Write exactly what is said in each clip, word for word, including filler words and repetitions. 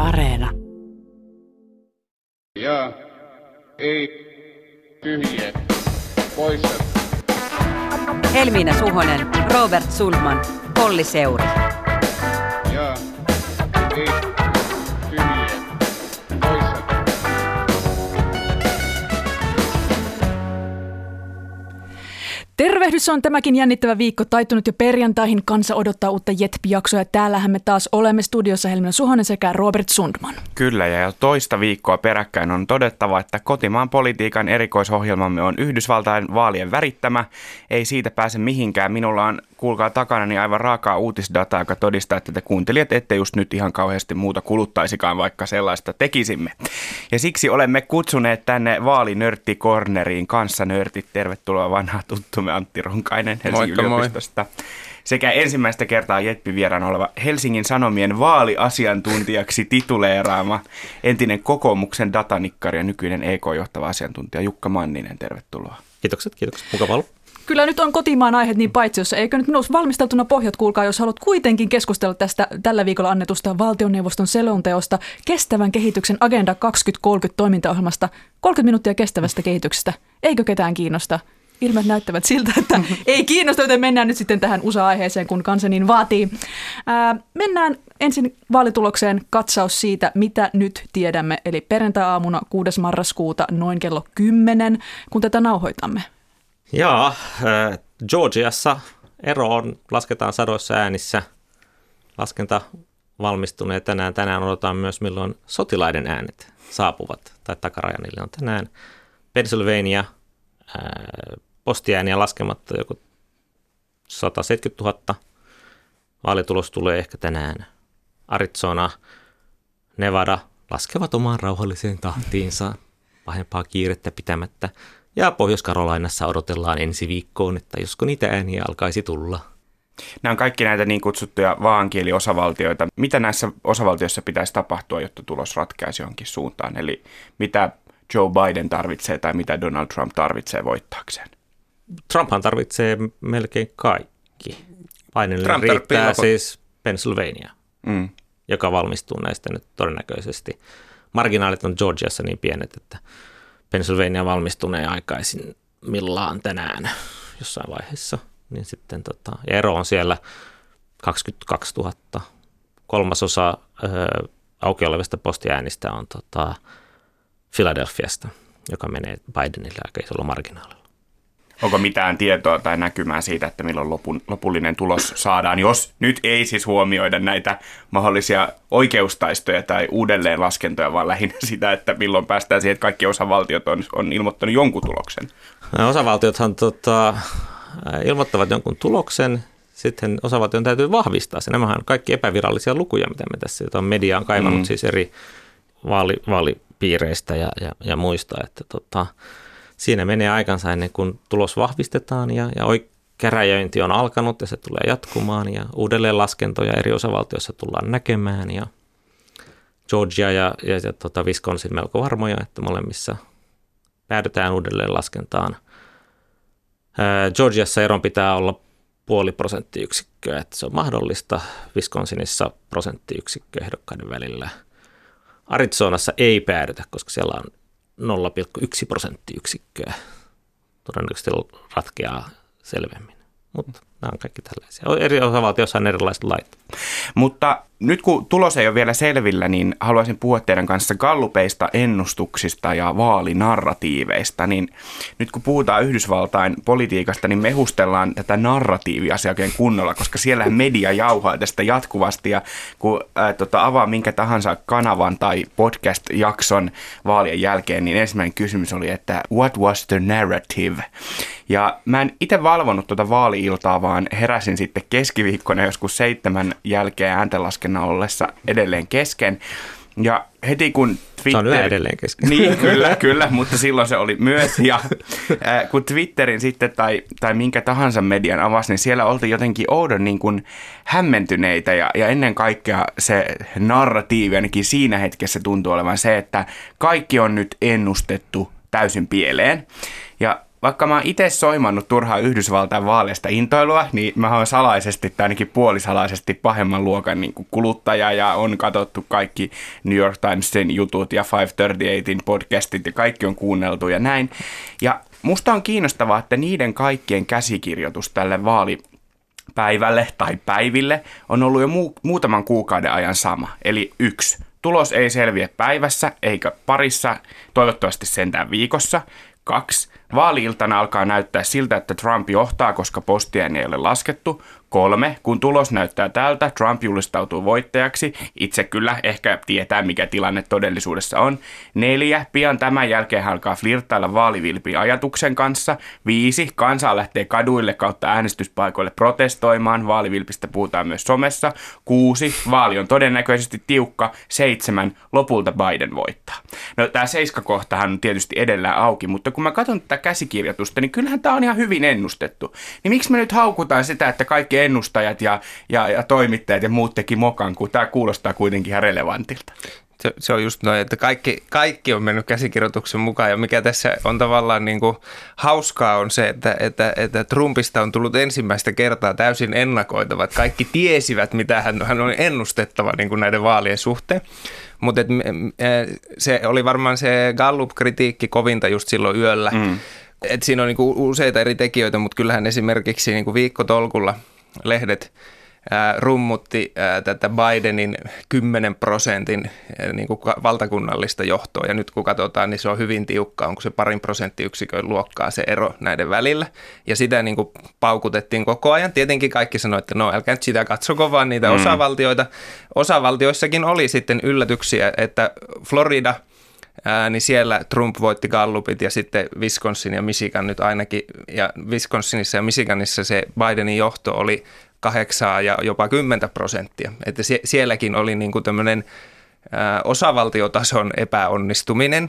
Areena. Ja ei tyhjiä poissa. Helmiina Suhonen, Robert Sundman, Olli Seuri. Ja ei tyhjiä poissa. Tervehdys, on tämäkin jännittävä viikko taittunut jo perjantaihin. Kansa odottaa uutta Jetpi-jaksoa ja täällähän me taas olemme studiossa Helmiina Suhonen sekä Robert Sundman. Kyllä, ja jo toista viikkoa peräkkäin on todettava, että kotimaan politiikan erikoisohjelmamme on Yhdysvaltain vaalien värittämä. Ei siitä pääse mihinkään. Minulla on, kuulkaa takanani, aivan raakaa uutisdataa, joka todistaa, että te kuuntelijat ette just nyt ihan kauheasti muuta kuluttaisikaan, vaikka sellaista tekisimme. Ja siksi olemme kutsuneet tänne vaalinörttikorneriin kanssanörtit. Tervetuloa vanha tuttumme Antti Ronkainen Helsingin Moikka, yliopistosta. Moi. Sekä ensimmäistä kertaa Jetpi-vieraana oleva Helsingin Sanomien vaaliasiantuntijaksi tituleeraama entinen kokoomuksen datanikkari ja nykyinen E K-johtava asiantuntija Jukka Manninen. Tervetuloa. Kiitokset, kiitokset. Mukava olla. Kyllä nyt on kotimaan aiheet niin paitsiossa. Eikö nyt minusta valmisteltuna pohjat, kuulkaa, jos haluat kuitenkin keskustella tästä tällä viikolla annetusta valtioneuvoston selonteosta kestävän kehityksen Agenda kaksituhattakolmekymmentä toimintaohjelmasta, kolmekymmentä minuuttia kestävästä kehityksestä. Eikö ketään kiinnosta? Ilmeet näyttävät siltä, että ei kiinnosta, joten mennään nyt sitten tähän U S A-aiheeseen, kun kansa niin vaatii. Ää, mennään ensin vaalitulokseen, katsaus siitä, mitä nyt tiedämme, eli perjantai-aamuna kuudes marraskuuta noin kello kymmenen, kun tätä nauhoitamme. Jaa, äh, Georgiassa ero on, lasketaan sadoissa äänissä. Laskenta valmistunee tänään. Tänään odotetaan myös, milloin sotilaiden äänet saapuvat, tai takaraja niille on tänään. Pennsylvania, äh, postiääniä laskematta joku sata seitsemänkymmentätuhatta. Vaalitulos tulee ehkä tänään. Arizona, Nevada laskevat omaan rauhalliseen tahtiinsa, pahempaa kiirettä pitämättä. Ja Pohjois-Karolainassa odotellaan ensi viikkoon, että josko niitä ääniä alkaisi tulla. Nämä on kaikki näitä niin kutsuttuja vaankieliosavaltioita. Mitä näissä osavaltioissa pitäisi tapahtua, jotta tulos ratkaisi johonkin suuntaan? Eli mitä Joe Biden tarvitsee tai mitä Donald Trump tarvitsee voittaakseen? Trumphan tarvitsee melkein kaikki. Bidenille Trump riittää tarvitsee siis Pennsylvania, mm. joka valmistuu näistä nyt todennäköisesti. Marginaalit on Georgiassa niin pienet, että Pennsylvania valmistuneen aikaisimmillaan tänään jossain vaiheessa. Niin sitten, tota, ja ero on siellä kaksikymmentäkaksituhatta. Kolmasosa ö, auki olevista postiäänistä on tota, Philadelphiasta, joka menee Bidenille aika isolla marginaalilla. Onko mitään tietoa tai näkymää siitä, että milloin lopun, lopullinen tulos saadaan, jos nyt ei siis huomioida näitä mahdollisia oikeustaistoja tai uudelleenlaskentoja, vaan lähinnä sitä, että milloin päästään siihen, että kaikki osavaltiot on, on ilmoittanut jonkun tuloksen? Osavaltiothan tota, ilmoittavat jonkun tuloksen, sitten osavaltion täytyy vahvistaa se. Nämähän on kaikki epävirallisia lukuja, mitä me tässä on media on kaivannut mm. siis eri vaali, vaalipiireistä ja, ja, ja muista, että tota, siinä menee aikansa ennen kuin tulos vahvistetaan ja, ja käräjöinti on alkanut ja se tulee jatkumaan ja uudelleenlaskentoja eri osavaltioissa tullaan näkemään ja Georgia ja, ja, ja tota Wisconsin melko varmoja, että molemmissa päädytään uudelleenlaskentaan. Ää, Georgiassa eron pitää olla puoli prosenttiyksikköä, että se on mahdollista. Wisconsinissa prosenttiyksikkö ehdokkaiden välillä. Arizonassa ei päädytä, koska siellä on nolla pilkku yksi prosenttiyksikköä. Todennäköisesti ratkeaa selvemmin, mutta nämä on kaikki tällaisia. Eri osavaltioissa on erilaiset lait. Mutta nyt kun tulos ei ole vielä selvillä, niin haluaisin puhua teidän kanssa gallupeista, ennustuksista ja vaalinarratiiveista. Niin nyt kun puhutaan Yhdysvaltain politiikasta, niin mehustellaan tätä narratiiviasiaa oikein kunnolla, koska siellähän media jauhaa tästä jatkuvasti. Ja kun ää, tota, avaa minkä tahansa kanavan tai podcast-jakson vaalien jälkeen, niin ensimmäinen kysymys oli, että what was the narrative? Ja mä en itse valvonut tuota vaali-iltaa, vaan heräsin sitten keskiviikkona joskus seitsemän jälkeen ääntenlaskennan ollessa edelleen kesken. Ja heti kun Twitter... Se on yhä edelleen kesken. Niin, kyllä, kyllä, mutta silloin se oli myös. Ja äh, kun Twitterin sitten tai, tai minkä tahansa median avasi, niin siellä oltiin jotenkin oudon niin kuin hämmentyneitä. Ja, ja ennen kaikkea se narratiivi ainakin siinä hetkessä tuntuu olevan se, että kaikki on nyt ennustettu täysin pieleen. Ja vaikka mä oon itse soimannut turhaa Yhdysvaltain vaaleista intoilua, niin mä oon salaisesti tai ainakin puolisalaisesti pahemman luokan niin kuin kuluttaja ja on katsottu kaikki New York Timesin jutut ja viisisataakolmekymmentäkahdeksan podcastit ja kaikki on kuunneltu ja näin. Ja musta on kiinnostavaa, että niiden kaikkien käsikirjoitus tälle vaalipäivälle tai päiville on ollut jo mu- muutaman kuukauden ajan sama. Eli yksi, tulos ei selviä päivässä eikä parissa, toivottavasti sentään viikossa. Kaksi, vaali-iltana alkaa näyttää siltä, että Trump johtaa, koska postiääni ei ole laskettu. Kolme, kun tulos näyttää tältä, Trump julistautuu voittajaksi. Itse kyllä ehkä tietää, mikä tilanne todellisuudessa on. Neljä, pian tämän jälkeen hän alkaa flirttailla vaalivilpin ajatuksen kanssa. Viisi, kansa lähtee kaduille kautta äänestyspaikoille protestoimaan. Vaalivilpistä puhutaan myös somessa. Kuusi, vaali on todennäköisesti tiukka. Seitsemän, lopulta Biden voittaa. No tämä seiskakohtahan on tietysti edellään auki, mutta kun mä katson tätä käsikirjoitusta, niin kyllähän tämä on ihan hyvin ennustettu. Niin miksi me nyt haukutaan sitä, että kaikki ennustajat ja, ja, ja toimittajat ja muut teki mokan, kun tämä kuulostaa kuitenkin ihan relevantilta. Se, se on just noin, että kaikki, kaikki on mennyt käsikirjoituksen mukaan ja mikä tässä on tavallaan niin kuin hauskaa on se, että, että, että Trumpista on tullut ensimmäistä kertaa täysin ennakoitava. Että kaikki tiesivät, mitä hän, hän on ennustettava niin kuin näiden vaalien suhteen. Mutta se oli varmaan se Gallup-kritiikki kovinta just silloin yöllä. Mm. Et siinä on niinku useita eri tekijöitä, mutta kyllähän esimerkiksi niinku viikkotolkulla lehdet ää, rummutti ää, tätä Bidenin kymmenen prosentin ää, niinku valtakunnallista johtoa. Ja nyt kun katsotaan, niin se on hyvin tiukka. Onko se parin prosenttiyksikön luokkaa se ero näiden välillä. Ja sitä niinku paukutettiin koko ajan. Tietenkin kaikki sanoivat, että no älkää nyt sitä katsoko, vaan niitä mm. osavaltioita. Osavaltioissakin oli sitten yllätyksiä, että Florida – Ää, niin siellä Trump voitti Gallupit ja sitten Wisconsin ja Michigan nyt ainakin, ja Wisconsinissa ja Michiganissa se Bidenin johto oli kahdeksaa ja jopa kymmentä prosenttia. Että sie- sielläkin oli niin kuin tämmöinen ää, osavaltiotason epäonnistuminen.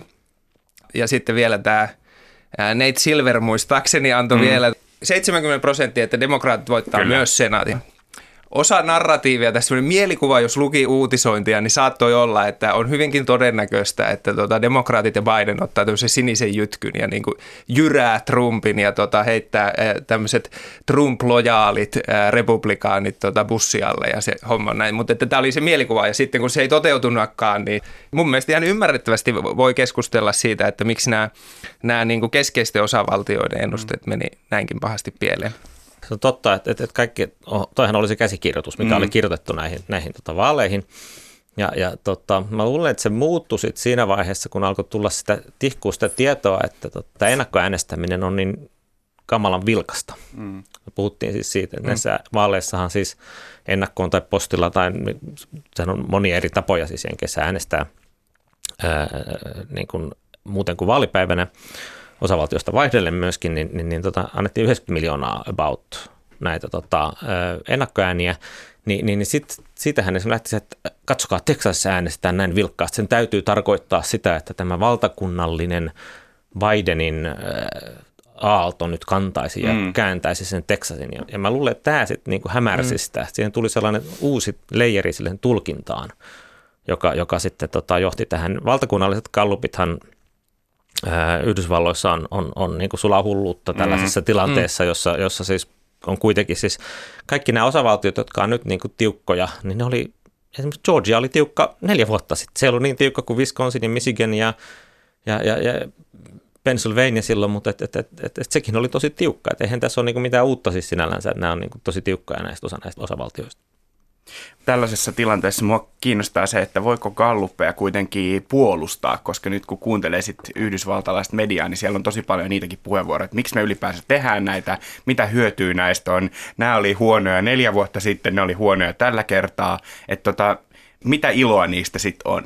Ja sitten vielä tämä ää, Nate Silver muistaakseni antoi mm. vielä seitsemänkymmentä prosenttia, että demokraatit voittaa Kyllä. myös senaatin. Osa narratiivia, tässä mielikuva, jos luki uutisointia, niin saattoi olla, että on hyvinkin todennäköistä, että tota, demokraatit ja Biden ottaa tämmöisen sinisen jytkyn ja niin kuin jyrää Trumpin ja tota, heittää äh, tämmöiset Trump-lojaalit äh, republikaanit tota, bussialle ja se homma näin. Mutta tämä oli se mielikuva ja sitten kun se ei toteutunutkaan, niin mun mielestä ihan ymmärrettävästi voi keskustella siitä, että miksi nämä, nämä niin kuin keskeisten osavaltioiden ennusteet meni näinkin pahasti pieleen. Se on totta, että, että kaikki, toihan oli se käsikirjoitus, mikä mm. oli kirjoitettu näihin, näihin tota vaaleihin. Ja, ja tota, mä luulen, että se muuttui sit siinä vaiheessa, kun alkoi tulla sitä tihkua sitä tietoa, että tota, ennakkoäänestäminen on niin kamalan vilkasta. Mm. Me puhuttiin siis siitä, että mm. näissä vaaleissahan siis ennakkoon tai postilla tai sehän on monia eri tapoja siis Jenkeissä äänestää ää, niin kuin, muuten kuin vaalipäivänä. Osavaltiosta vaihdellen myöskin, niin, niin, niin tota, annettiin yhdeksänkymmentä miljoonaa about näitä tota, ennakkoääniä, niin, niin, niin sit, siitähän esimerkiksi lähti se, että katsokaa, Teksasissa äänestetään näin vilkkaasti. Sen täytyy tarkoittaa sitä, että tämä valtakunnallinen Bidenin ää, aalto nyt kantaisi ja mm. kääntäisi sen Teksasin. Ja, ja mä luulen, että tämä sitten niinku hämärsi mm. sitä. Siihen tuli sellainen uusi leijeri siihen tulkintaan, joka, joka sitten tota, johti tähän. Valtakunnalliset gallupithan Yhdysvalloissa on, on, on niin kuin sulahulluutta tällaisessa mm, tilanteessa, mm. jossa, jossa siis on kuitenkin siis kaikki nämä osavaltiot, jotka on nyt niin kuin tiukkoja, niin ne oli, esimerkiksi Georgia oli tiukka neljä vuotta sitten. Se ei ollut niin tiukka kuin Wisconsin ja Michigan ja, ja, ja, ja Pennsylvania silloin, mutta et, et, et, et, et sekin oli tosi tiukka. Et eihän tässä ole niin kuin mitään uutta siis sinällänsä, että nämä on niin kuin tosi tiukkoja näistä osa näistä osavaltioista. Tällaisessa tilanteessa mua kiinnostaa se, että voiko galluppeja kuitenkin puolustaa, koska nyt kun kuuntelee sit yhdysvaltalaista mediaa, niin siellä on tosi paljon niitäkin puheenvuoroja, että miksi me ylipäänsä tehdään näitä, mitä hyötyä näistä on. Nämä oli huonoja neljä vuotta sitten, ne oli huonoja tällä kertaa, että tota, mitä iloa niistä sitten on?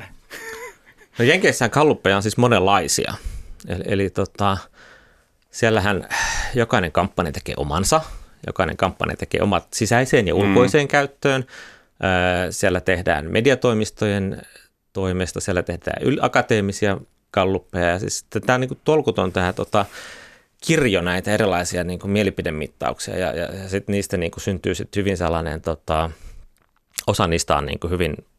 No Jenkeissähän galluppeja on siis monenlaisia, eli, eli tota, siellähän jokainen kampanja tekee omansa. Jokainen kampanja tekee omat sisäiseen ja ulkoiseen mm. käyttöön. Siellä tehdään mediatoimistojen toimesta, siellä tehdään akateemisia galluppeja. Ja siis tämä on niin kuin tolkuton tähän tota, kirjo näitä erilaisia niin kuin mielipidemittauksia. Ja, ja, ja sitten niistä niin kuin syntyy sit hyvin sellainen, tota, osa niistä on niin kuin hyvin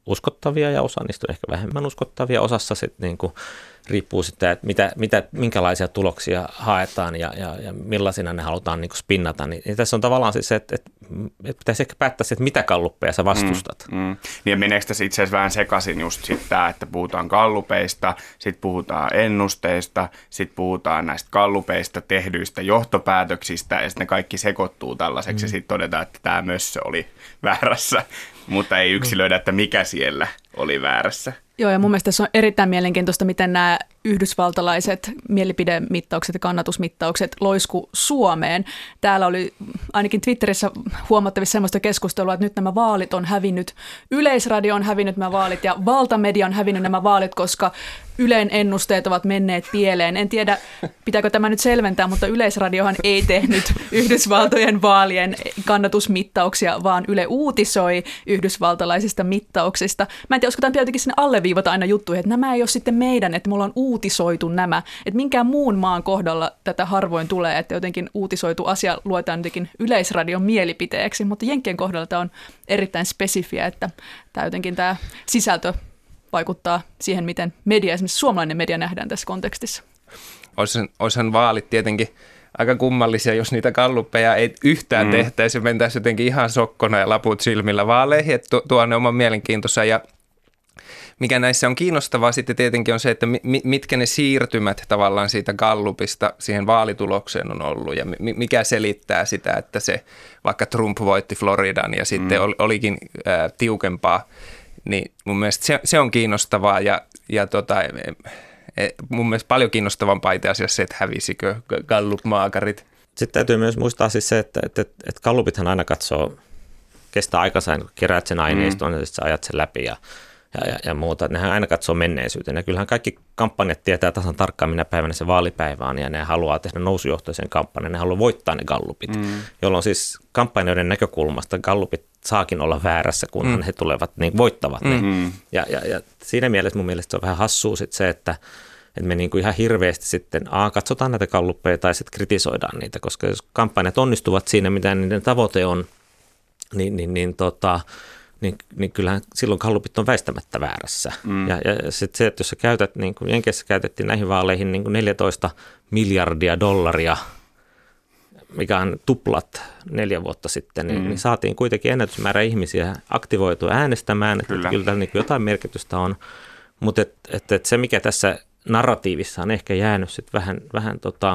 uskottavia ja osa niistä on ehkä vähemmän uskottavia. Osassa sitten niin kuin riippuu sitten, että mitä, mitä, minkälaisia tuloksia haetaan ja, ja, ja millaisina ne halutaan niin kuin spinnata. Niin, niin tässä on tavallaan siis se, että, että, että pitäisi ehkä päättää se, että mitä galluppeja sä vastustat. Mm, mm. Niin ja meneekö tässä itse asiassa vähän sekaisin just sitten tämä, että puhutaan gallupeista, sitten puhutaan ennusteista, sitten puhutaan näistä gallupeista tehdyistä johtopäätöksistä ja sitten ne kaikki sekoittuu tällaiseksi mm. ja sitten todetaan, että tämä mössö oli väärässä, mutta ei yksilöidä, että mikä siellä oli väärässä. Joo, ja mun mielestä se on erittäin mielenkiintoista, miten nämä yhdysvaltalaiset mielipidemittaukset ja kannatusmittaukset loisku Suomeen. Täällä oli ainakin Twitterissä huomattavissa sellaista keskustelua, että nyt nämä vaalit on hävinnyt, Yleisradio on hävinnyt nämä vaalit ja valtamedia on hävinnyt nämä vaalit, koska Ylen ennusteet ovat menneet pieleen. En tiedä, pitääkö tämä nyt selventää, mutta Yleisradiohan ei tehnyt Yhdysvaltojen vaalien kannatusmittauksia, vaan Yle uutisoi yhdysvaltalaisista mittauksista. Mä en tiedä, olisiko tämä jotenkin sinne alleviivata aina juttuihin, että nämä ei ole sitten meidän, että me ollaan uutisoitu nämä. Että minkään muun maan kohdalla tätä harvoin tulee, että jotenkin uutisoitu asia luetaan jotenkin Yleisradion mielipiteeksi, mutta Jenkkien kohdalla tämä on erittäin spesifiä, että tämä jotenkin tämä sisältö vaikuttaa siihen, miten media, esimerkiksi suomalainen media nähdään tässä kontekstissa. Olisihan vaalit tietenkin aika kummallisia, jos niitä galluppeja ei yhtään mm. tehtäisi ja mentäisi jotenkin ihan sokkona ja laput silmillä vaaleihin, että tuo ne oman mielenkiintonsa. Ja mikä näissä on kiinnostavaa sitten tietenkin on se, että mitkä ne siirtymät tavallaan siitä gallupista siihen vaalitulokseen on ollut ja mikä selittää sitä, että se vaikka Trump voitti Floridan ja sitten mm. olikin äh, tiukempaa. Niin mun mielestä se, se on kiinnostavaa ja, ja tota, mun mielestä paljon kiinnostavampaa itse asiassa se, että hävisikö Gallup-maakarit. Sitten täytyy myös muistaa siis se, että, että, että Gallupithan aina katsoo, kestää aikansa, kun keräät sen aineiston mm. ja sitten sä ajat sen läpi ja, ja, ja, ja muuta. Nehän aina katsoo menneisyyteen ja kyllähän kaikki kampanjat tietää tasan tarkkaan, minä päivänä se vaalipäivä on ja ne haluaa tehdä nousujohtoisen kampanjan, ne haluaa voittaa ne Gallupit, mm. jolloin siis kampanjoiden näkökulmasta Gallupit saakin olla väärässä, kunhan mm. he tulevat, niin voittavat ne. Mm. Ja, ja, ja siinä mielessä mun mielestä se on vähän hassua sit se, että, että me niinku ihan hirveästi sitten a, katsotaan näitä galluppeja tai sitten kritisoidaan niitä, koska jos kampanjat onnistuvat siinä, mitä niiden tavoite on, niin, niin, niin, tota, niin, niin kyllähän silloin gallupit on väistämättä väärässä. Mm. Ja, ja sitten se, että jos sä käytät, niin kuin Jenkeissä käytettiin näihin vaaleihin niin kuin neljätoista miljardia dollaria, mikä on tuplat neljä vuotta sitten, niin, mm. niin saatiin kuitenkin ennätysmäärä ihmisiä aktivoitua äänestämään, että kyllä, kyllä tällä niin jotain merkitystä on, mutta et, et, et se, mikä tässä narratiivissa on ehkä jäänyt sit vähän, vähän tota,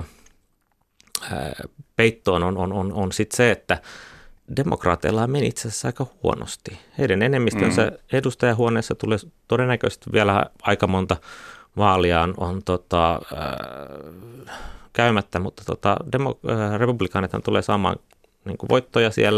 ää, peittoon, on, on, on, on sit se, että demokraateilla meni itse asiassa aika huonosti. Heidän enemmistönsä mm. edustajahuoneessa tulee todennäköisesti vielä aika monta vaalia on, on tota, ää, käymättä, mutta tota, demo, äh, republikaanithan tulee saamaan niin kuin voittoja siellä.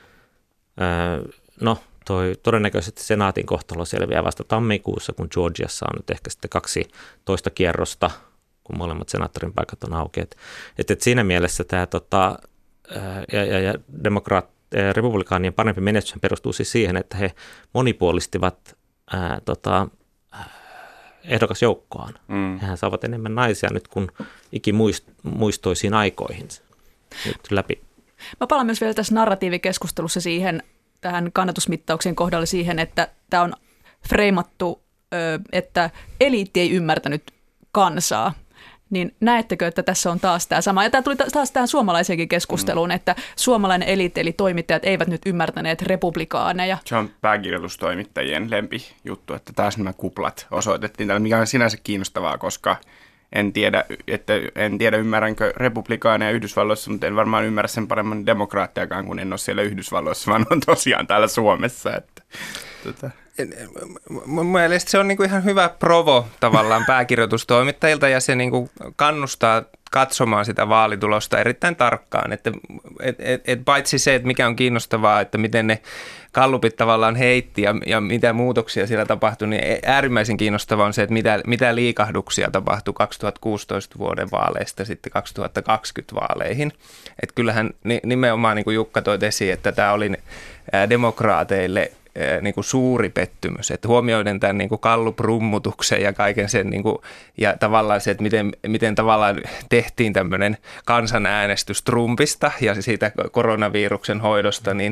Äh, no, toi todennäköisesti senaatin kohtalo selviää vasta tammikuussa, kun Georgiassa on nyt ehkä sitten kaksi toista kierrosta, kun molemmat senaattorin paikat on auki. Et, et, et siinä mielessä tämä tota, äh, ja, ja, ja demokraat, äh, republikaanien parempi menestys perustuu siis siihen, että he monipuolistivat äh, tota, ehdokasjoukkoaan. Mm. Hehän saavat enemmän naisia nyt kuin ikimuistoisiin aikoihin nyt läpi. Mä palaan myös vielä tässä narratiivikeskustelussa siihen, tähän kannatusmittauksien kohdalla siihen, että tämä on freimattu, että eliitti ei ymmärtänyt kansaa. Niin näettekö, että tässä on taas tämä sama? Ja tämä tuli taas tähän suomalaiseenkin keskusteluun, mm. että suomalainen eliitti eli toimittajat eivät nyt ymmärtäneet republikaaneja. Se on pääkirjoitustoimittajien lempijuttu, että taas nämä kuplat osoitettiin tällä, mikä on sinänsä kiinnostavaa, koska en tiedä, että en tiedä ymmärränkö republikaaneja Yhdysvalloissa, mutta en varmaan ymmärrä sen paremmin demokraattiakaan, kun en ole siellä Yhdysvalloissa, vaan on tosiaan täällä Suomessa. Että, tota. Mun mielestä se on niinku ihan hyvä provo tavallaan pääkirjoitustoimittajilta ja se niinku kannustaa katsomaan sitä vaalitulosta erittäin tarkkaan. Että, et, et, et paitsi se, että mikä on kiinnostavaa, että miten ne gallupit tavallaan heitti ja, ja mitä muutoksia siellä tapahtui, niin äärimmäisen kiinnostavaa on se, että mitä, mitä liikahduksia tapahtui kaksituhattakuusitoista vuoden vaaleista sitten kaksituhattakaksikymmentä vaaleihin. Että kyllähän nimenomaan niin kuin Jukka toi esiin, että tämä oli demokraateille niin kuin suuri pettymys, että huomioiden tämän niin kuin Gallup-rummutuksen ja kaiken sen niin kuin, ja tavallaan se, että miten, miten tavallaan tehtiin tämmöinen kansanäänestys Trumpista ja siitä koronaviruksen hoidosta, niin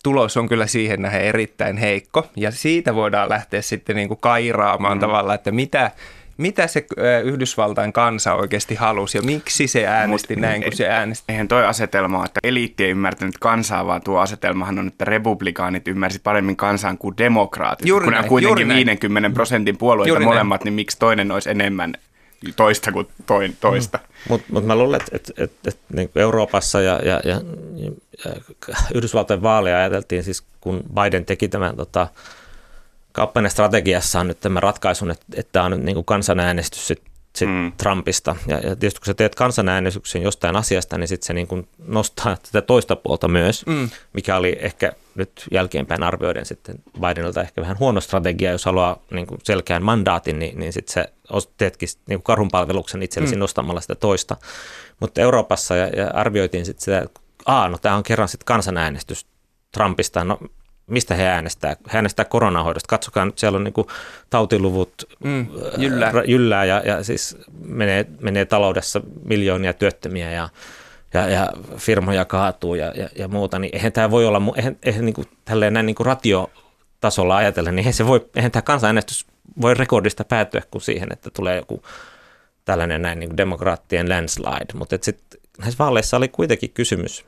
tulos on kyllä siihen nähden erittäin heikko. Ja siitä voidaan lähteä sitten niin kuin kairaamaan mm. tavallaan, että mitä, mitä se Yhdysvaltain kansa oikeasti halusi ja miksi se äänesti Mut, näin kuin se äänesti. Eihän toi asetelma ole, että eliitti ei ymmärtänyt kansaa, vaan tuo asetelmahan on, että republikaanit ymmärsi paremmin kansaan kuin demokraatit. Juuri kun näin, on kuitenkin viidenkymmenen prosentin puolueita juuri molemmat, näin. Niin miksi toinen olisi enemmän toista kuin toin, toista. Mm. Mutta mut mä luulen, että et, et, et, niin Euroopassa ja, ja, ja, ja Yhdysvaltojen vaaleja ajateltiin siis, kun Biden teki tämän tota, kampanjastrategiassaan nyt tämän ratkaisun, että, että tämä on nyt niin kuin kansanäänestys sit, sit mm. Trumpista. Ja, ja tietysti kun sä teet kansanäänestyksen jostain asiasta, niin sitten se niin kuin nostaa tätä toista puolta myös, mm. mikä oli ehkä nyt jälkeenpäin arvioiden sitten Bidenilta ehkä vähän huono strategia, jos haluaa niin kuin selkeän mandaatin, niin, niin sitten se teetkin niin kuin karhunpalveluksen itsellesi mm. nostamalla sitä toista. Mutta Euroopassa ja, ja arvioitiin sitten sitä, että Aa, no tämä on kerran sitten kansanäänestys Trumpista, no mistä he äänestää? He äänestää koronahoidosta. Katsokaa nyt, siellä on niin kuin tautiluvut mm, jyllää, jyllää ja, ja siis menee, menee taloudessa miljoonia työttömiä ja, ja, ja firmoja kaatuu ja, ja, ja muuta. Niin eihän tämä voi olla, eihän, eihän niin kuin, tälleen näin niin kuin ratiotasolla ajatellen, niin eihän, se voi, eihän tämä kansanäänestys voi rekordista päätyä kuin siihen, että tulee joku tällainen näin niin kuin demokraattien landslide. Mutta sitten näissä vaaleissa oli kuitenkin kysymys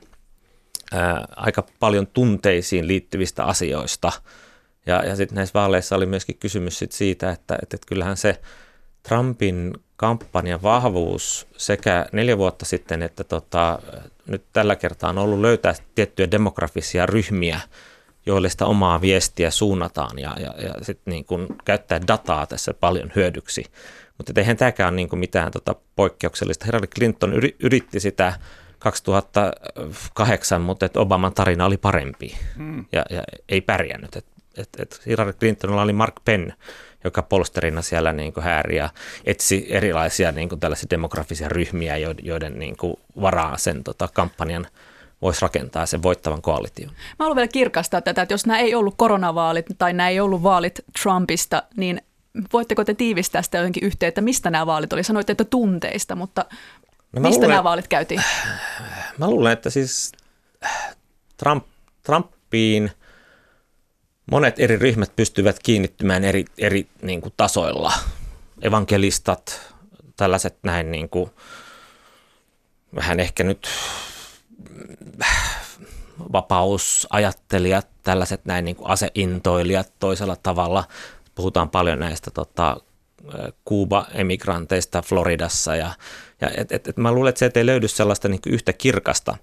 Ää, aika paljon tunteisiin liittyvistä asioista. Ja, ja sitten näissä vaaleissa oli myöskin kysymys sit siitä, että, että, että kyllähän se Trumpin kampanjan vahvuus sekä neljä vuotta sitten, että tota, nyt tällä kertaa on ollut löytää tiettyjä demografisia ryhmiä, joille sitä omaa viestiä suunnataan ja, ja, ja sitten niin kun käyttää dataa tässä paljon hyödyksi. Mutta eihän tämäkään ole niin kuin mitään tota poikkeuksellista. Hillary Clinton yritti sitä kaksituhattakahdeksan, mutta et Obaman tarina oli parempi mm. ja, ja ei pärjännyt. Et, et, et Hillary Clintonilla oli Mark Penn, joka polsterina siellä niin kuin hääri ja etsi erilaisia niin kuin tällaisia demografisia ryhmiä, joiden niin kuin varaa sen tota, kampanjan voisi rakentaa sen voittavan koalition. Mä haluan vielä kirkastaa tätä, että jos nämä ei ollut koronavaalit tai nämä ei ollut vaalit Trumpista, niin voitteko te tiivistää sitä jotenkin yhteen, että mistä nämä vaalit oli? Sanoitte, että tunteista, mutta no mistä luulen, nämä vaalit käytiin? Mä luulen, että siis Trump, Trumpiin monet eri ryhmät pystyvät kiinnittymään eri, eri niin kuin tasoilla. Evankelistat, tällaiset näin niin kuin, vähän ehkä nyt vapausajattelijat, tällaiset näin niin kuin aseintoilijat toisella tavalla. Puhutaan paljon näistä tota, Kuuba-emigranteista Floridassa ja, ja et, et, et mä luulen, että sieltä ei löydy sellaista niin kuin yhtä kirkasta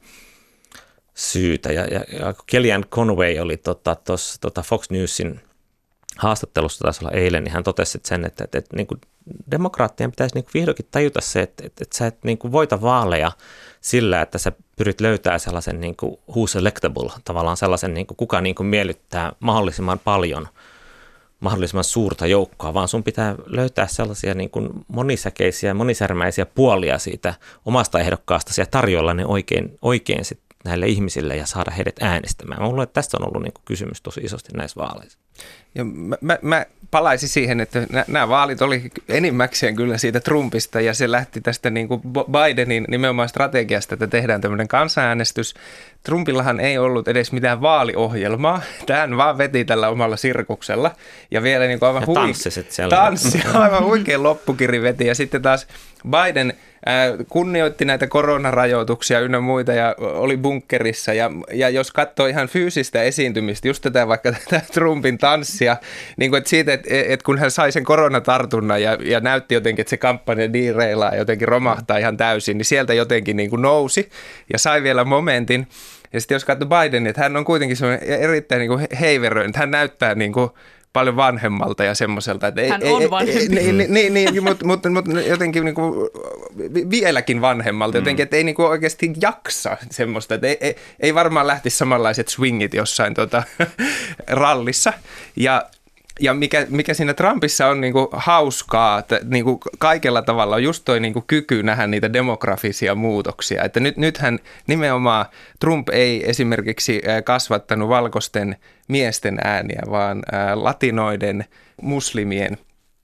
syytä. Ja, ja, ja Kellyanne Conway oli tuossa tota, tota Fox Newsin haastattelussa taisi olla eilen, niin hän totesi sen, että, että, että niin kuin demokraattien pitäisi niin kuin vihdoinkin tajuta se, että, että, että sä et niin kuin voita vaaleja sillä, että sä pyrit löytämään sellaisen niin kuin who's electable, tavallaan sellaisen, niin kuin, kuka niin kuin miellyttää mahdollisimman paljon mahdollisimman suurta joukkoa, vaan sun pitää löytää sellaisia niin kuin monisäkeisiä, monisärmäisiä puolia siitä omasta ehdokkaasta ja tarjolla ne oikein, oikein sit näille ihmisille ja saada heidät äänestämään. Mä luulen, että tästä on ollut niin kuin kysymys tosi isosti näissä vaaleissa. Ja mä, mä, mä palaisin siihen, että nämä vaalit oli enimmäkseen kyllä siitä Trumpista ja se lähti tästä niin kuin Bidenin nimenomaan strategiasta, että tehdään tämmöinen kansanäänestys. Trumpillahan ei ollut edes mitään vaaliohjelmaa. Tähän vaan veti tällä omalla sirkuksella ja vielä niin kuin aivan huikea tanssi, aivan huikea loppukiri veti ja sitten taas Biden kunnioitti näitä koronarajoituksia ynnä muita ja oli bunkkerissa ja, ja jos katsoo ihan fyysistä esiintymistä, just tätä vaikka tätä Trumpin tanssia, niin kuin, että siitä, että, että kun hän sai sen koronatartunnan ja, ja näytti jotenkin, että se kampanja diireilaa jotenkin romahtaa ihan täysin, niin sieltä jotenkin niin kuin nousi ja sai vielä momentin. Ja sitten jos katsoo Biden, että hän on kuitenkin semmoinen erittäin niin kuin heiveröinen, että hän näyttää niin kuin paljon vanhemmalta ja semmoiselta. Että ei, hän on vanhempi. Niin, niin, niin, niin mutta mut, mut jotenkin niin kuin vieläkin vanhemmalta, jotenkin, että ei niin kuin oikeasti jaksa semmoista. Että ei, ei, ei varmaan lähtisi samanlaiset swingit jossain tota, rallissa. Ja Ja mikä, mikä siinä Trumpissa on niinku hauskaa, että niinku kaikella tavalla on just toi niinku kyky nähdä niitä demografisia muutoksia. Että nyt, nythän nimenomaan Trump ei esimerkiksi kasvattanut valkoisten miesten ääniä, vaan latinoiden, muslimien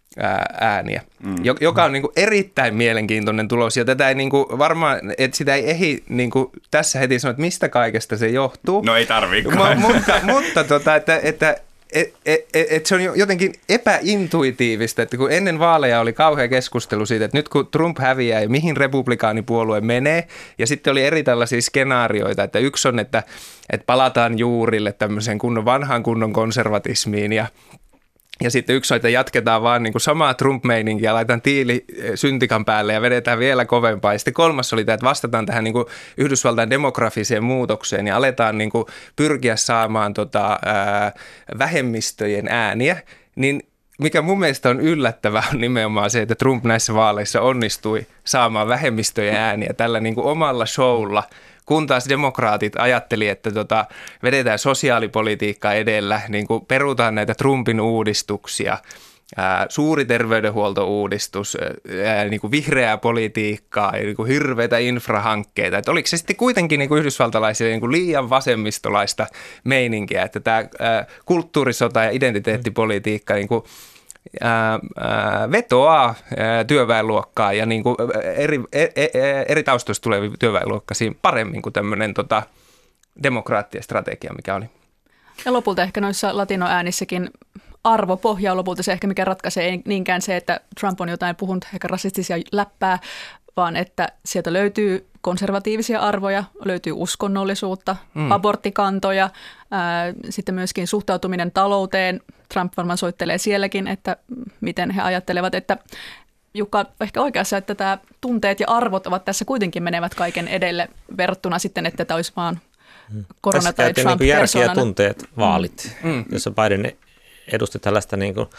ääniä, mm. joka on niin kuin erittäin mielenkiintoinen tulos. Ja tätä ei niin kuin varmaan, että sitä ei ehdi niin kuin tässä heti sanoa, että mistä kaikesta se johtuu. No ei tarviikaan. M- mutta mutta tota, että, että et, et, et, et se on jotenkin epäintuitiivista, että kun ennen vaaleja oli kauhea keskustelu siitä, että nyt kun Trump häviää ja mihin republikaanipuolue menee, ja sitten oli eri tällaisia skenaarioita, että yksi on, että, että palataan juurille tämmöiseen kunnon vanhaan kunnon konservatismiin ja Ja sitten yksi on, että jatketaan vaan niin kuin samaa Trump-meininkiä, laitetaan tiili syntikan päälle ja vedetään vielä kovempaa. Ja sitten kolmas oli tämä, että vastataan tähän niin kuin Yhdysvaltain demografiseen muutokseen ja aletaan niin kuin pyrkiä saamaan tota, ää, vähemmistöjen ääniä. Niin mikä mun mielestä on yllättävää on nimenomaan se, että Trump näissä vaaleissa onnistui saamaan vähemmistöjen ääniä tällä niin kuin omalla showlla. Kun taas demokraatit ajatteli, että tota, vedetään sosiaalipolitiikkaa edellä, niin kuin perutaan näitä Trumpin uudistuksia, ää, suuri terveydenhuoltouudistus, ää, niin kuin vihreää politiikkaa ja niin kuin hirveitä infrahankkeita. Että oliko se sitten kuitenkin niin kuin yhdysvaltalaisille niin kuin liian vasemmistolaista meininkiä, että tämä ää, kulttuurisota ja identiteettipolitiikka niin kuin Ää, ää, vetoaa ää, työväenluokkaa ja niin kuin eri, eri, eri taustoista tulevia työväenluokkaisiin paremmin kuin tämmöinen tota, demokraattien strategia, mikä oli. Ja lopulta ehkä noissa latinoäänissäkin arvopohja on lopulta se ehkä, mikä ratkaisee, ei niinkään se, että Trump on jotain puhunut ehkä rasistisia läppää, vaan että sieltä löytyy konservatiivisia arvoja, löytyy uskonnollisuutta, mm. aborttikantoja, ää, sitten myöskin suhtautuminen talouteen. Trump varmaan soittelee sielläkin, että miten he ajattelevat, että Jukka on ehkä oikeassa, että tämä tunteet ja arvot ovat tässä kuitenkin menevät kaiken edelle verrattuna sitten, että tämä olisi vaan korona tässä tai Trump niin persoonana. Järki ja tunteet vaalit, mm. jossa Biden edusti tällaista niin kuin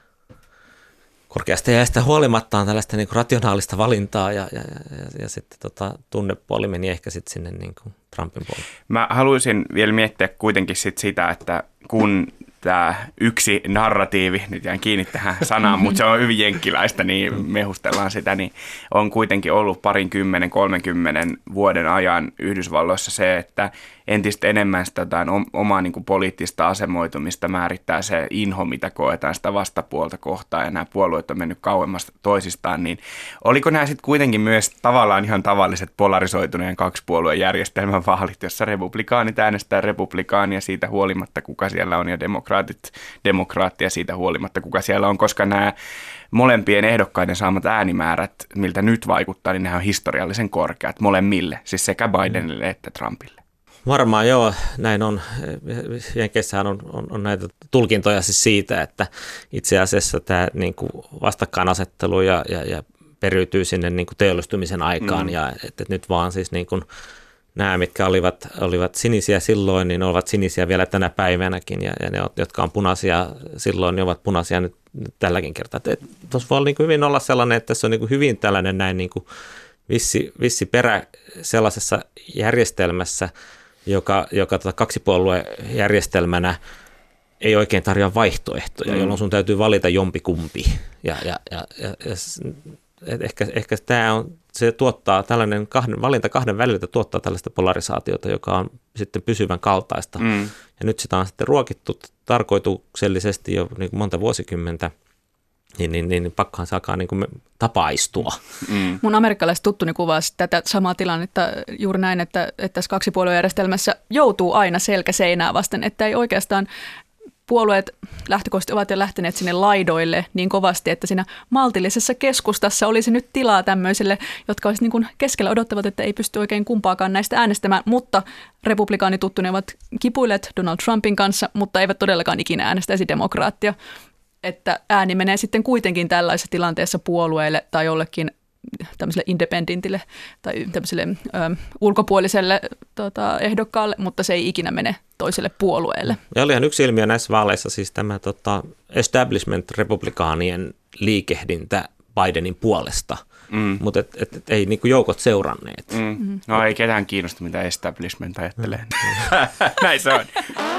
korkeasta jäästä huolimattaan tällaista niin kuin rationaalista valintaa ja, ja, ja, ja sitten tota, tunnepuoli meni ehkä sitten sinne niin kuin Trumpin puolelle. Mä haluaisin vielä miettiä kuitenkin sit sitä, että kun tämä yksi narratiivi, nyt jään kiinni tähän sanaan, mutta se on hyvin jenkkiläistä, niin mehustellaan sitä, niin on kuitenkin ollut parin kymmenen, kolmenkymmenen vuoden ajan Yhdysvalloissa se, että entistä enemmän sitä jotain omaa niin kuin poliittista asemoitumista määrittää se inho, mitä koetaan sitä vastapuolta kohtaan, ja nämä puolueet on mennyt kauemmas toisistaan, niin oliko nämä sitten kuitenkin myös tavallaan ihan tavalliset polarisoituneen kaksipuolueen järjestelmän vaalit, jossa republikaanit äänestää republikaania siitä huolimatta, kuka siellä on, ja demokraatit demokraattia siitä huolimatta, kuka siellä on, koska nämä molempien ehdokkaiden saamat äänimäärät, miltä nyt vaikuttaa, niin nämä on historiallisen korkeat molemmille, siis sekä Bidenille että Trumpille. Varmaan joo, näin on. Jenkeissähän on, on, on näitä tulkintoja siis siitä, että itse asiassa tämä niin kuin vastakkainasettelu ja, ja, ja periytyy sinne niin kuin teollistumisen aikaan, mm. ja että, että nyt vaan siis niin kuin nämä, mitkä olivat, olivat sinisiä silloin, niin ne ovat sinisiä vielä tänä päivänäkin, ja, ja ne, jotka on punaisia silloin, niin ovat punaisia nyt, nyt tälläkin kertaa. Tuossa voi niin kuin hyvin olla sellainen, että tässä on niin kuin hyvin tällainen näin niin kuin vissi, vissi perä sellaisessa järjestelmässä, joka, joka tota kaksipuoluejärjestelmänä ei oikein tarjoa vaihtoehtoja, mm. jolloin sun täytyy valita jompikumpi. Ja, ja, ja, ja, ja ehkä, ehkä tämä on, se tuottaa tällainen kahden, valinta kahden väliltä tuottaa tällaista polarisaatiota, joka on sitten pysyvän kaltaista. Mm. Ja nyt sitä on sitten ruokittu tarkoituksellisesti jo niin kuin monta vuosikymmentä. Niin, niin, niin pakkohan se alkaa niin kuin tapaistua. Mm. Mun amerikkalaiset tuttuni kuvasi tätä samaa tilannetta juuri näin, että, että tässä kaksipuoluejärjestelmässä joutuu aina selkä seinää vasten, että ei oikeastaan puolueet lähtökohtaisesti ovat jo lähteneet sinne laidoille niin kovasti, että siinä maltillisessa keskustassa olisi nyt tilaa tämmöiselle, jotka olisivat niin kuin keskellä odottavat, että ei pysty oikein kumpaakaan näistä äänestämään, mutta republikaanituttuni ovat kipuilleet Donald Trumpin kanssa, mutta eivät todellakaan ikinä äänestäisi demokraattia. Että ääni menee sitten kuitenkin tällaisessa tilanteessa puolueelle tai jollekin tämmöiselle independentille tai tämmöiselle ö, ulkopuoliselle tota, ehdokkaalle, mutta se ei ikinä mene toiselle puolueelle. Ja olihan yksi ilmiö näissä vaaleissa siis tämä tota, establishment-republikaanien liikehdintä Bidenin puolesta, mm. mutta et, et, et, ei niinku joukot seuranneet. Mm. Mm-hmm. No ei ketään kiinnosta, mitä establishment ajattelee. Mm. Näin se on.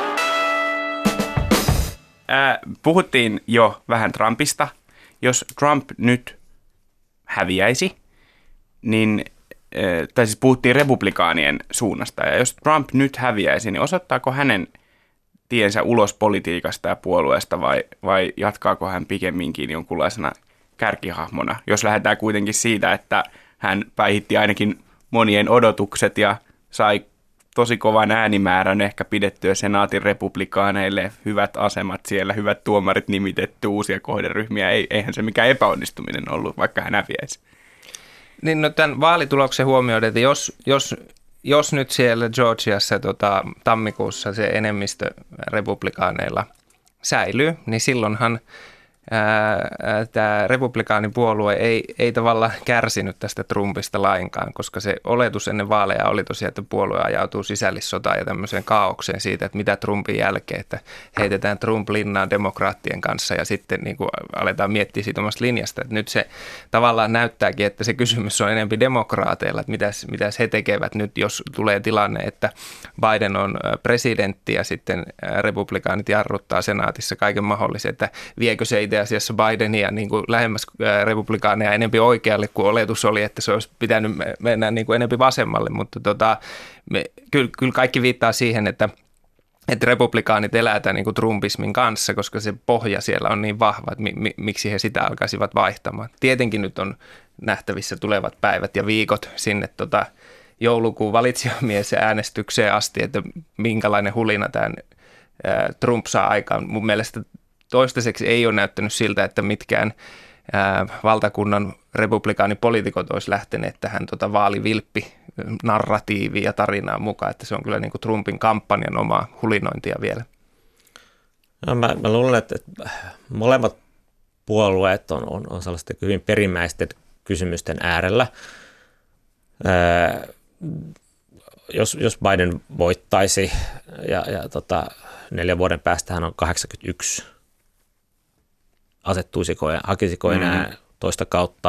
Äh, puhuttiin jo vähän Trumpista. Jos Trump nyt häviäisi, niin, äh, tai siis puhuttiin republikaanien suunnasta, ja jos Trump nyt häviäisi, niin osoittaako hänen tiensä ulos politiikasta ja puolueesta vai, vai jatkaako hän pikemminkin jonkunlaisena kärkihahmona, jos lähdetään kuitenkin siitä, että hän päihitti ainakin monien odotukset ja sai tosi kovan äänimäärän ehkä pidettyä senaatin republikaaneille, hyvät asemat siellä, hyvät tuomarit nimitetty, uusia kohderyhmiä. Ei, eihän se mikään epäonnistuminen ollut, vaikka hän häviäisi. Niin no tämän vaalituloksen huomioiden, että jos, jos, jos nyt siellä Georgiassa tota, tammikuussa se enemmistö republikaaneilla säilyy, niin silloinhan tämä republikaanipuolue ei, ei tavallaan kärsinyt tästä Trumpista lainkaan, koska se oletus ennen vaaleja oli tosiaan, että puolue ajautuu sisällissotaan ja tämmöiseen kaaukseen siitä, että mitä Trumpin jälkeen, että heitetään Trump linnaan demokraattien kanssa ja sitten niin kuin aletaan miettiä siitä omasta linjasta. Että nyt se tavallaan näyttääkin, että se kysymys on enemmän demokraateilla, että mitäs, mitäs he tekevät nyt, jos tulee tilanne, että Biden on presidentti ja sitten republikaanit jarruttaa senaatissa kaiken mahdollisen, että viekö se itse asiassa Bidenia niin kuin lähemmäs republikaaneja enempi oikealle, kuin oletus oli, että se olisi pitänyt mennä niin kuin enempi vasemmalle, mutta tota, me, kyllä, kyllä kaikki viittaa siihen, että, että republikaanit elää tämän niin kuin trumpismin kanssa, koska se pohja siellä on niin vahva, että mi, mi, miksi he sitä alkaisivat vaihtamaan. Tietenkin nyt on nähtävissä tulevat päivät ja viikot sinne tota, joulukuun valitsijamies äänestykseen asti, että minkälainen hulina tämän ää, Trump saa aikaan. Mun mielestä toistaiseksi ei ole näyttänyt siltä, että mitkään ää, valtakunnan republikaanipoliitikot olisi lähteneet tähän tota, vaalivilppi narratiiviin ja tarinaan mukaan, että se on kyllä niin kuin Trumpin kampanjan omaa hulinointia vielä. No, mä, mä luulen, että, että molemmat puolueet on, on, on sellaisten hyvin perimmäisten kysymysten äärellä. Ää, jos, jos Biden voittaisi ja, ja tota, neljän vuoden päästä hän on kahdeksankymmentäyksi, asettuisiko ja hakisiko enää mm. toista kautta.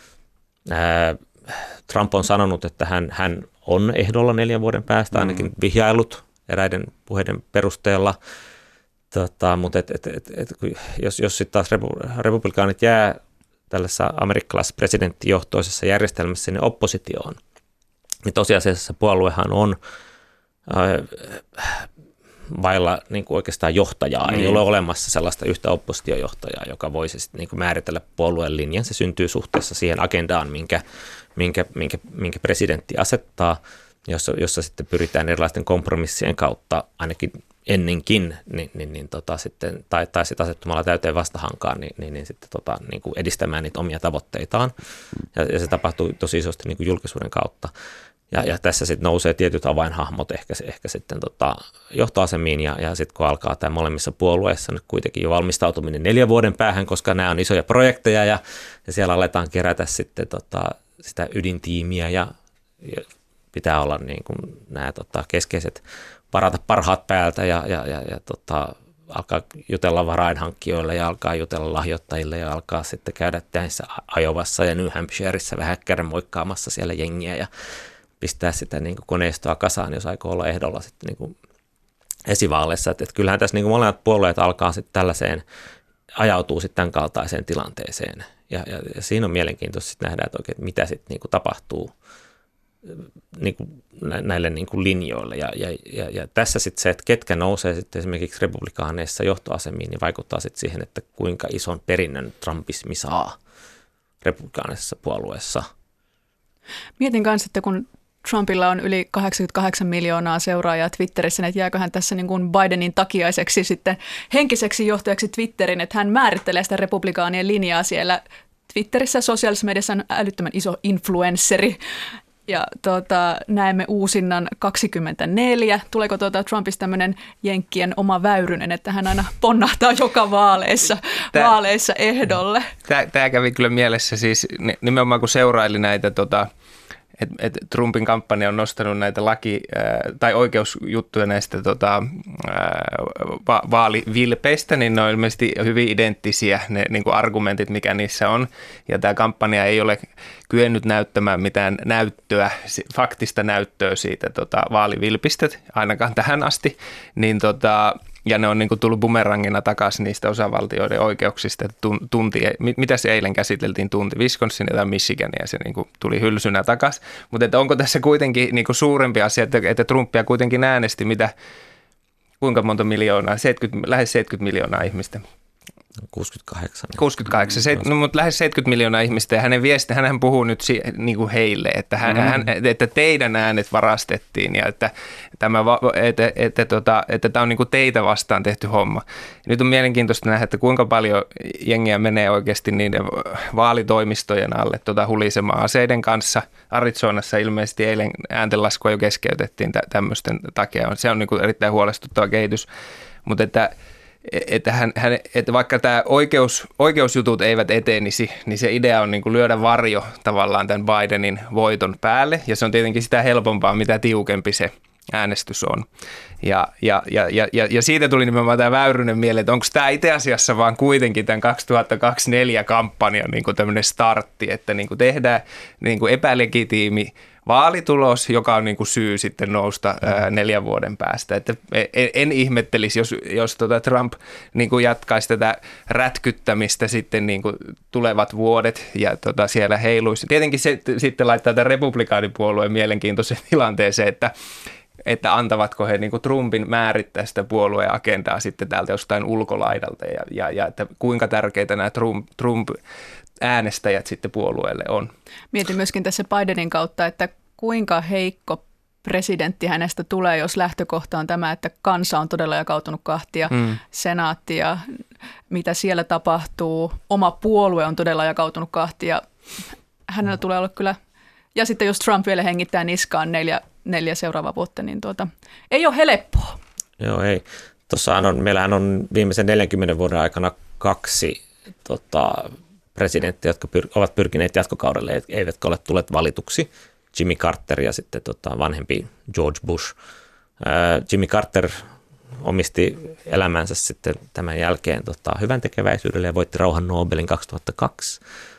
Ää, Trump on sanonut, että hän, hän on ehdolla neljän vuoden päästä, ainakin mm. vihjailut eräiden puheiden perusteella. Tota, mutta et, et, et, et, jos, jos sitten taas republikaanit jää tällaisessa amerikkalaisessa presidenttijohtoisessa järjestelmässä sinne oppositioon, niin tosiasiassa puoluehan on äh, vailla niin kuin oikeastaan johtajaa. Mm. Ei ole olemassa sellaista yhtä oppositiojohtajaa, joka voisi sitten niin kuin määritellä puolueen linjan. Se syntyy suhteessa siihen agendaan, minkä, minkä, minkä, minkä presidentti asettaa, jossa, jossa sitten pyritään erilaisten kompromissien kautta ainakin ennenkin, niin, niin, niin, tota, sitten, tai, tai sitten asettumalla täyteen vastahankaan, niin, niin, niin, sitten, tota, niin kuin edistämään niitä omia tavoitteitaan. Ja, ja se tapahtuu tosi isosti niin kuin julkisuuden kautta. Ja, ja tässä sitten nousee tietyt avainhahmot ehkä, ehkä sitten tota, johtoasemiin, ja, ja sitten kun alkaa tämä molemmissa puolueissa nyt kuitenkin jo valmistautuminen neljän vuoden päähän, koska nämä on isoja projekteja, ja, ja siellä aletaan kerätä sitten tota, sitä ydintiimiä, ja, ja pitää olla niin kuin nämä tota, keskeiset parata parhaat päältä, ja, ja, ja, ja tota, alkaa jutella varainhankkijoille, ja alkaa jutella lahjoittajille, ja alkaa sitten käydä tässä Iowassa ja New Hampshireissa vähän käydä moikkaamassa siellä jengiä, ja pistää sitä niin kuin koneistoa kasaan, jos aikoo olla ehdolla sitten niin kuin esivaaleissa. Että, että kyllähän tässä niin kuin molemmat puolueet alkaa sitten tällaiseen, ajautuu sitten tämän kaltaiseen tilanteeseen. Ja, ja, ja siinä on mielenkiintoista sitten nähdä, että oikein, mitä sitten niin kuin tapahtuu niin kuin näille niin kuin linjoille. Ja, ja, ja, ja tässä sitten se, että ketkä nousee sitten esimerkiksi republikaaneissa johtoasemiin, niin vaikuttaa sitten siihen, että kuinka ison perinnön trumpismi saa republikaanisessa puolueessa. Mietin kanssa, että kun Trumpilla on yli kahdeksankymmentäkahdeksan miljoonaa seuraajaa Twitterissä, että jääkö hän tässä niin kuin Bidenin takiaiseksi sitten henkiseksi johtajaksi Twitterin, että hän määrittelee sitä republikaanien linjaa siellä Twitterissä. Sosiaalisessa mediassa on älyttömän iso influensseri. Ja tuota, näemme uusinnan kaksikymmentäneljä. Tuleeko tuota Trumpista tämmöinen jenkkien oma Väyrynen, että hän aina ponnahtaa joka vaaleissa, Tää, vaaleissa ehdolle? Tämä, tämä kävi kyllä mielessä siis nimenomaan kun seuraili näitä, tota, että et Trumpin kampanja on nostanut näitä laki- tai oikeusjuttuja näistä tota, va- vaalivilpeistä, niin ne on ilmeisesti hyvin identtisiä ne niin kuin argumentit, mikä niissä on. Ja tämä kampanja ei ole kyennyt näyttämään mitään näyttöä, faktista näyttöä siitä tota, vaalivilpistä, ainakaan tähän asti, niin tota, ja ne on niin kuin tullut bumerangina takaisin niistä osavaltioiden oikeuksista, että tunti, mitä se eilen käsiteltiin, tunti Wisconsin tai Michigania, ja se niin kuin tuli hylsynä takaisin. Mutta onko tässä kuitenkin niin kuin suurempi asia, että, että Trumpia kuitenkin äänesti, mitä kuinka monta miljoonaa, seitsemänkymmentä, lähes seitsemänkymmentä miljoonaa ihmistä. kuusikymmentäkahdeksan. kuusikymmentäkahdeksan, se, no, mutta lähes seitsemänkymmentä miljoonaa ihmistä ja hänen viesti, hän puhuu nyt si, niin kuin heille, että, hän, mm-hmm. hän, että teidän äänet varastettiin ja että tämä, että, että, tota, että tämä on niin kuin teitä vastaan tehty homma. Nyt on mielenkiintoista nähdä, että kuinka paljon jengiä menee oikeasti niiden vaalitoimistojen alle tuota hulisemaan aseiden kanssa. Arizonassa ilmeisesti eilen ääntenlaskua jo keskeytettiin tämmöisten takia. Se on niin kuin erittäin huolestuttava kehitys, mutta että Että, hän, hän, että vaikka tämä oikeus, oikeusjutut eivät etenisi, niin se idea on niin kuin lyödä varjo tavallaan tämän Bidenin voiton päälle. Ja se on tietenkin sitä helpompaa, mitä tiukempi se äänestys on. Ja, ja, ja, ja, ja siitä tuli nimenomaan tämä Väyrynen mieleen, että onko tämä itse asiassa vaan kuitenkin tämän kaksituhattakaksikymmentäneljä kampanjan niin kuin tämmöinen startti, että niin kuin tehdään niin kuin epälegitiimi vaalitulos, joka on niin kuin syy sitten nousta ää, neljän vuoden päästä. Että en, en ihmettelisi, jos, jos tota Trump niin kuin jatkaisi tätä rätkyttämistä sitten niin kuin tulevat vuodet ja tota siellä heiluisi. Tietenkin se sitten laittaa tämän republikaanipuolueen mielenkiintoiseen tilanteeseen, että että antavatko he niin kuin Trumpin määrittää sitä puolueen agendaa sitten täältä jostain ulkolaidalta ja, ja, ja että kuinka tärkeitä nämä Trump, Trump äänestäjät sitten puolueelle on. Mietin myöskin tässä Bidenin kautta, että kuinka heikko presidentti hänestä tulee, jos lähtökohta on tämä, että kansa on todella jakautunut kahtia, hmm. senaatti ja mitä siellä tapahtuu, oma puolue on todella jakautunut kahtia. Hänellä tulee olla kyllä, ja sitten jos Trump vielä hengittää niskaan neljä, neljä seuraavaa vuotta, niin tuota, ei ole helppoa. Joo, ei. Tuossahan on, meillähän on viimeisen neljänkymmenen vuoden aikana kaksi tota, presidenttiä, jotka pyr- ovat pyrkineet jatkokaudelle, eivätkä ole tulleet valituksi. Jimmy Carter ja sitten tota, vanhempi George Bush. Ää, Jimmy Carter omisti elämänsä sitten tämän jälkeen tota, hyvän tekeväisyydelle ja voitti rauhan Nobelin kaksituhattakaksi.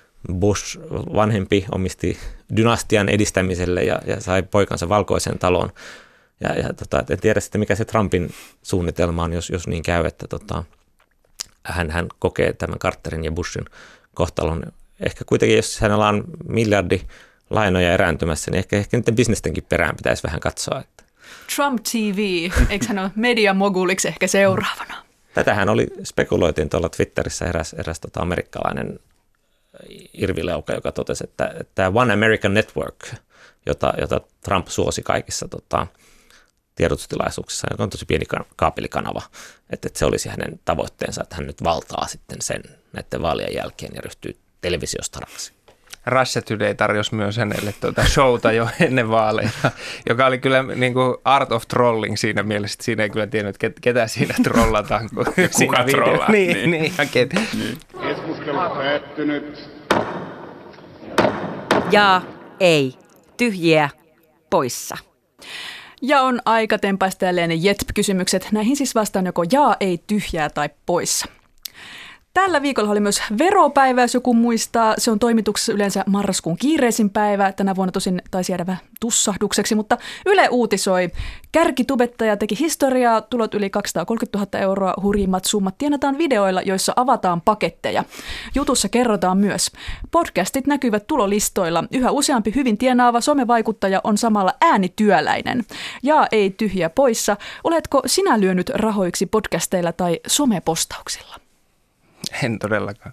Bush vanhempi omisti dynastian edistämiselle ja, ja sai poikansa valkoiseen taloon. Ja, ja tota, en tiedä sitten, mikä se Trumpin suunnitelma on, jos, jos niin käy, että tota, hän, hän kokee tämän Carterin ja Bushin kohtalon. Ehkä kuitenkin, jos hänellä on miljardi lainoja erääntymässä, niin ehkä, ehkä niiden bisnestenkin perään pitäisi vähän katsoa. Että. Trump T V, eikö hän ole mediamoguliksi ehkä seuraavana? Tätähän oli, spekuloitiin tuolla Twitterissä eräs, eräs tota amerikkalainen irvileuka, joka totesi, että tämä One American Network, jota, jota Trump suosi kaikissa tota, tiedotustilaisuuksissa, joka on tosi pieni kaapelikanava, että, että se olisi hänen tavoitteensa, että hän nyt valtaa sitten sen näiden vaalien jälkeen ja ryhtyy televisiostaraksi. Russia Today tarjosi myös hänelle tuota showta jo ennen vaaleja, joka oli kyllä niin kuin art of trolling siinä mielessä, että siinä ei kyllä tiennyt, ketä siinä trollataan. Kuka trollaa. Niin, niin. niin, niin. Keskustelu päättynyt. Ja ei. Tyhjiä poissa. Ja on aika tempaista jälleen J E T P-kysymykset. Näihin siis vastaan joko jaa, ei, tyhjää tai poissa. Tällä viikolla oli myös veropäivä, jos joku muistaa. Se on toimituksessa yleensä marraskuun kiireisin päivä. Tänä vuonna tosin taisi jäädä vähän tussahdukseksi, mutta Yle uutisoi. Kärkitubettaja teki historiaa, tulot yli kaksisataakolmekymmentätuhatta euroa, hurjimmat summat tienataan videoilla, joissa avataan paketteja. Jutussa kerrotaan myös. Podcastit näkyvät tulolistoilla. Yhä useampi hyvin tienaava somevaikuttaja on samalla äänityöläinen. Ja ei tyhjä poissa. Oletko sinä lyönyt rahoiksi podcasteilla tai somepostauksilla? En todellakaan.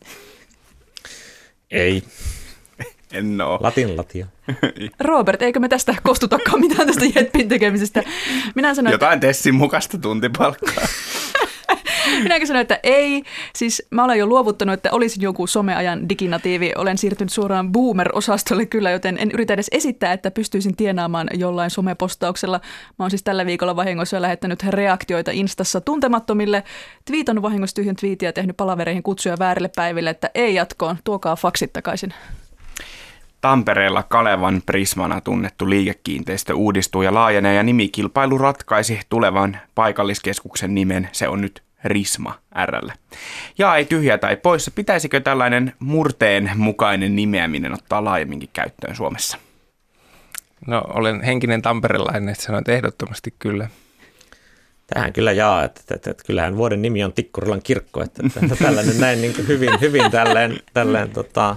Ei. En oo. Latin latia. Robert, eikö me tästä kostutakaan mitään tästä J E T P:n tekemisestä? Minä sanoin, Jotain että... Tessin mukaista tuntipalkkaa. Minäkin sanoin, että ei. Siis mä olen jo luovuttanut, että olisin joku someajan diginatiivi. Olen siirtynyt suoraan boomer-osastolle kyllä, joten en yritä edes esittää, että pystyisin tienaamaan jollain somepostauksella. Mä oon siis tällä viikolla vahingossa lähettänyt reaktioita Instassa tuntemattomille, twiitannut vahingossa tyhjän twiitin ja tehnyt palavereihin kutsuja väärille päiville, että ei jatkoon, tuokaa faksit takaisin. Tampereella Kalevan Prismana tunnettu liikekiinteistö uudistuu ja laajenee ja nimikilpailu ratkaisi tulevan paikalliskeskuksen nimen. Se on nyt Risma R:lle. Ja ei tyhjä tai poissa. Pitäisikö tällainen murteen mukainen nimeäminen ottaa laajemminkin käyttöön Suomessa? No olen henkinen tamperelainen, että sanoin ehdottomasti kyllä. Tähän kyllä jaa, että, että, että, että kyllähän vuoden nimi on Tikkurilan kirkko, että, että tällainen näin niin kuin hyvin, hyvin tälleen, tälleen tota,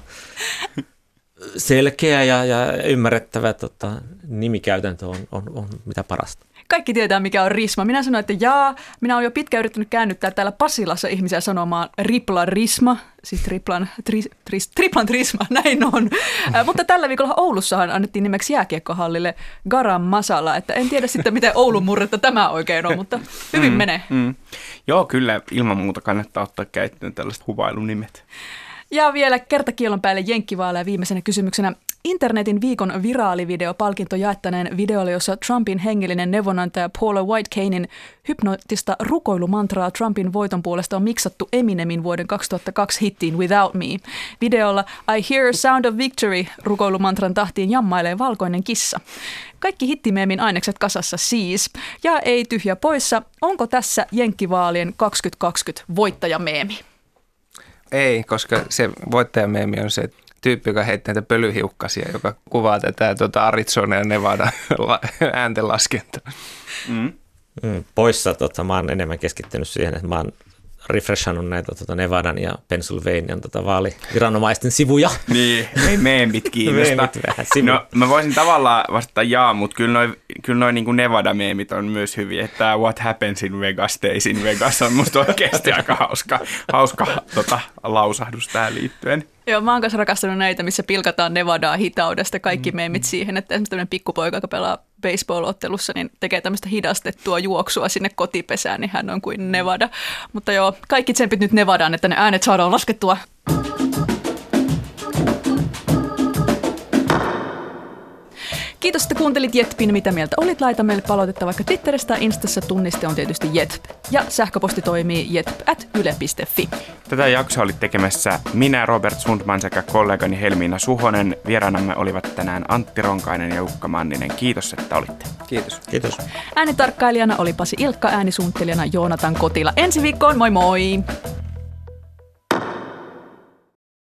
selkeä ja, ja ymmärrettävä tota, nimikäytäntö on, on, on mitä parasta. Kaikki tietää, mikä on risma. Minä sanoin, että jaa, minä olen jo pitkään yrittänyt käännyttää täällä Pasilassa ihmisiä sanomaan ripla risma, siis triplan, tri, tri, triplan trisma, näin on. Äh, mutta tällä viikolla Oulussahan annettiin nimeksi jääkiekkohallille garam masala, että en tiedä sitten, miten Oulun murretta tämä oikein on, mutta hyvin mm, menee. Mm. Joo, kyllä ilman muuta kannattaa ottaa käyttöön tällaiset huvailunimet. Ja vielä kertakielon päälle jenkkivaaleja viimeisenä kysymyksenä. Internetin viikon viraalivideo-palkinto jaettaneen videolle, jossa Trumpin hengellinen neuvonantaja Paula White-Cainin hypnoottista rukoilumantraa Trumpin voiton puolesta on miksattu Eminemin vuoden kaksituhattakaksi hittiin Without Me. Videolla I Hear Sound of Victory rukoilumantran tahtiin jammailee valkoinen kissa. Kaikki hittimeemin ainekset kasassa siis. Ja ei tyhjä poissa, onko tässä jenkkivaalien kaksituhattakaksikymmentä voittajameemi? Ei, koska se voittajameemi on se tyyppi, joka heittää näitä pölyhiukkasia, joka kuvaa tätä tuota Arizona ja Nevada ääntenlaskentaa. Mm. Mm, poissa tota, mä oon enemmän keskittynyt siihen, että mä oon refreshannut näitä tota, Nevadan ja Pennsylvanian tota, vaaliviranomaisten sivuja. Niin, ei meemit kiinnosta. Meemit vähän sivu. No, mä voisin tavallaan vastata jaa, mutta kyllä noin kyllä noi, niin Nevada-meemit on myös hyviä. Että What happens in Vegas stays in Vegas on musta oikeasti aika hauska, hauska tota, lausahdus tähän liittyen. Joo, mä oon kanssa rakastanut näitä, missä pilkataan Nevadaa hitaudesta, kaikki mm. meemit siihen, että esimerkiksi tämmöinen pikkupoika, joka pelaa baseball-ottelussa, niin tekee tämmöistä hidastettua juoksua sinne kotipesään, niin hän on kuin Nevada. Mutta joo, kaikki tsempit nyt Nevadaan, että ne äänet saadaan laskettua. Kiitos, että kuuntelit Jetpin. Mitä mieltä olit? Laita meille palautetta vaikka Twitterissä tai Instassa. Tunniste on tietysti Jetp. Ja sähköposti toimii jetp at yle piste fi. Tätä jaksoa oli tekemässä minä, Robert Sundman sekä kollegani Helmiina Suhonen. Vieraanamme olivat tänään Antti Ronkainen ja Jukka Manninen. Kiitos, että olitte. Kiitos. Kiitos. Äänitarkkailijana oli Pasi Ilkka, äänisuunnittelijana Joonatan Kotila. Ensi viikkoon, moi moi!